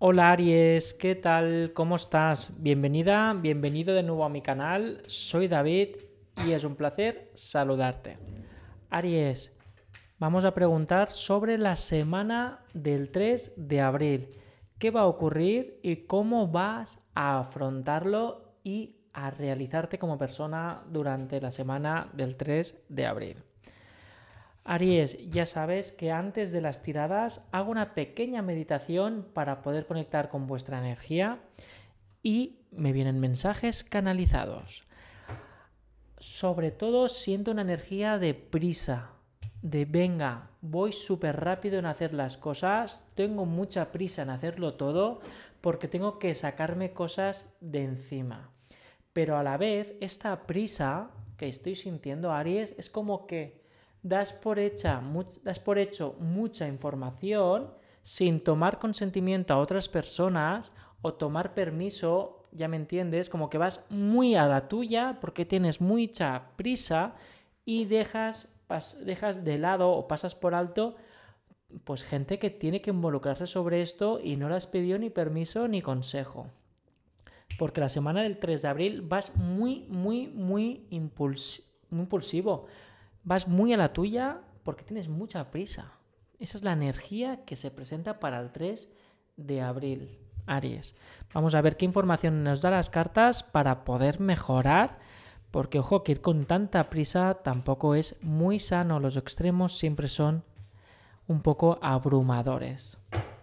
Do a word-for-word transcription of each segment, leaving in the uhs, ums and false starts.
Hola Aries, ¿qué tal? ¿Cómo estás? Bienvenida, bienvenido de nuevo a mi canal. Soy David y es un placer saludarte. Aries, vamos a preguntar sobre la semana del tres de abril. ¿Qué va a ocurrir y cómo vas a afrontarlo y a realizarte como persona durante la semana del tres de abril? Aries, ya sabes que antes de las tiradas hago una pequeña meditación para poder conectar con vuestra energía y me vienen mensajes canalizados. Sobre todo siento una energía de prisa, de venga, voy súper rápido en hacer las cosas, tengo mucha prisa en hacerlo todo porque tengo que sacarme cosas de encima. Pero a la vez, esta prisa que estoy sintiendo, Aries, es como que das por, hecha, das por hecho mucha información sin tomar consentimiento a otras personas o tomar permiso, ya me entiendes, como que vas muy a la tuya porque tienes mucha prisa y dejas, pas, dejas de lado o pasas por alto pues gente que tiene que involucrarse sobre esto y no le has pedido ni permiso ni consejo. Porque la semana del tres de abril vas muy, muy, muy, impuls muy impulsivo. Vas muy a la tuya porque tienes mucha prisa. Esa es la energía que se presenta para el tres de abril, Aries. Vamos a ver qué información nos da las cartas para poder mejorar. Porque, ojo, que ir con tanta prisa tampoco es muy sano. Los extremos siempre son un poco abrumadores.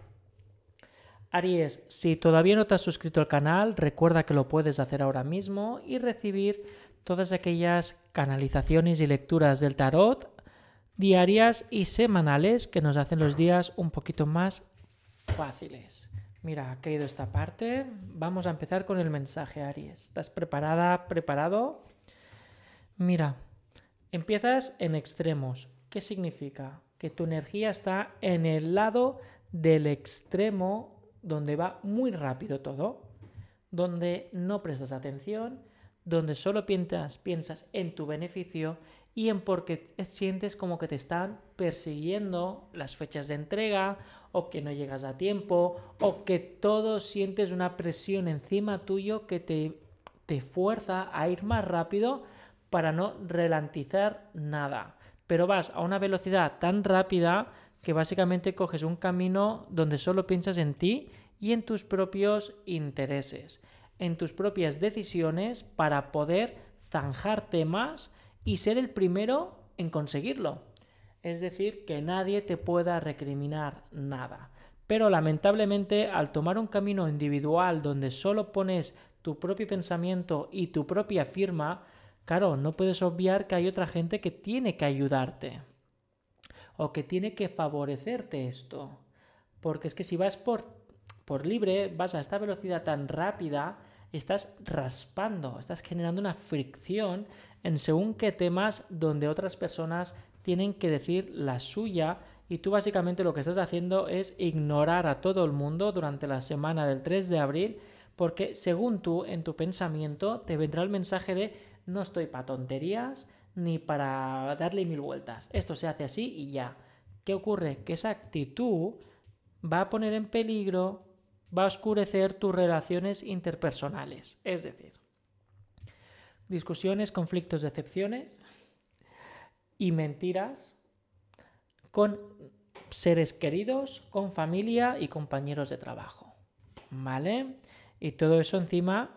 Aries, si todavía no te has suscrito al canal, recuerda que lo puedes hacer ahora mismo y recibir todas aquellas canalizaciones y lecturas del tarot diarias y semanales que nos hacen los días un poquito más fáciles. Mira, ha caído esta parte. Vamos a empezar con el mensaje, Aries. ¿Estás preparada, preparado? Mira, empiezas en extremos. ¿Qué significa? Que tu energía está en el lado del extremo donde va muy rápido todo, donde no prestas atención, donde solo piensas, piensas en tu beneficio y en porque sientes como que te están persiguiendo las fechas de entrega o que no llegas a tiempo o que todo sientes una presión encima tuyo que te, te fuerza a ir más rápido para no ralentizar nada. Pero vas a una velocidad tan rápida que básicamente coges un camino donde solo piensas en ti y en tus propios intereses, en tus propias decisiones para poder zanjar temas y ser el primero en conseguirlo. Es decir, que nadie te pueda recriminar nada. Pero lamentablemente, al tomar un camino individual donde solo pones tu propio pensamiento y tu propia firma, claro, no puedes obviar que hay otra gente que tiene que ayudarte o que tiene que favorecerte esto. Porque es que si vas por, por libre, vas a esta velocidad tan rápida, estás raspando, estás generando una fricción en según qué temas donde otras personas tienen que decir la suya y tú básicamente lo que estás haciendo es ignorar a todo el mundo durante la semana del tres de abril porque según tú, en tu pensamiento, te vendrá el mensaje de no estoy para tonterías, ni para darle mil vueltas. Esto se hace así y ya. ¿Qué ocurre? Que esa actitud va a poner en peligro, va a oscurecer tus relaciones interpersonales. Es decir, discusiones, conflictos, decepciones y mentiras con seres queridos, con familia y compañeros de trabajo. ¿Vale? Y todo eso encima,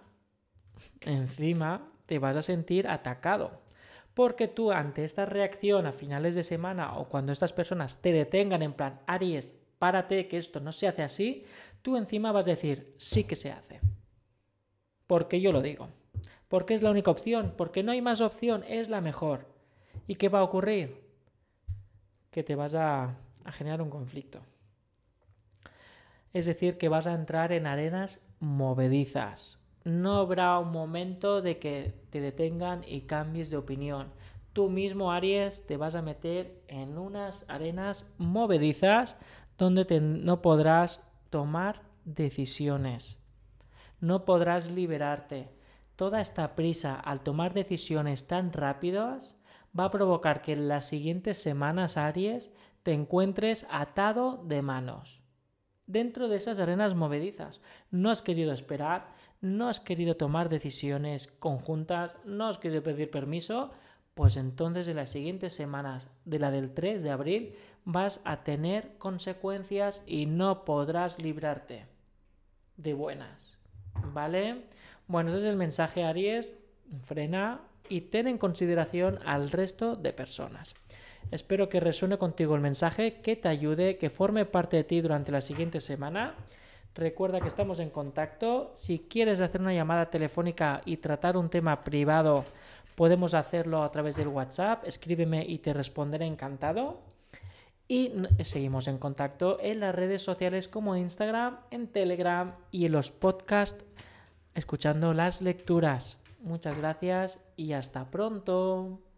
encima te vas a sentir atacado. Porque tú ante esta reacción a finales de semana o cuando estas personas te detengan en plan, Aries, párate, que esto no se hace así, tú encima vas a decir, sí que se hace. Porque yo lo digo. Porque es la única opción, porque no hay más opción, es la mejor. ¿Y qué va a ocurrir? Que te vas a, a generar un conflicto. Es decir, que vas a entrar en arenas movedizas. No habrá un momento de que te detengan y cambies de opinión. Tú mismo, Aries, te vas a meter en unas arenas movedizas donde te, no podrás tomar decisiones. No podrás liberarte. Toda esta prisa al tomar decisiones tan rápidas va a provocar que en las siguientes semanas, Aries, te encuentres atado de manos. dentro de esas arenas movedizas. No has querido esperar, no has querido tomar decisiones conjuntas, no has querido pedir permiso, pues entonces en las siguientes semanas de la del tres de abril vas a tener consecuencias y no podrás librarte de buenas, ¿vale? Bueno, ese es el mensaje, Aries. Frena y ten en consideración al resto de personas. Espero que resuene contigo el mensaje, que te ayude, que forme parte de ti durante la siguiente semana. Recuerda que estamos en contacto. Si quieres hacer una llamada telefónica y tratar un tema privado, podemos hacerlo a través del WhatsApp. Escríbeme y te responderé encantado. Y seguimos en contacto en las redes sociales como Instagram, en Telegram y en los podcasts escuchando las lecturas. Muchas gracias y hasta pronto.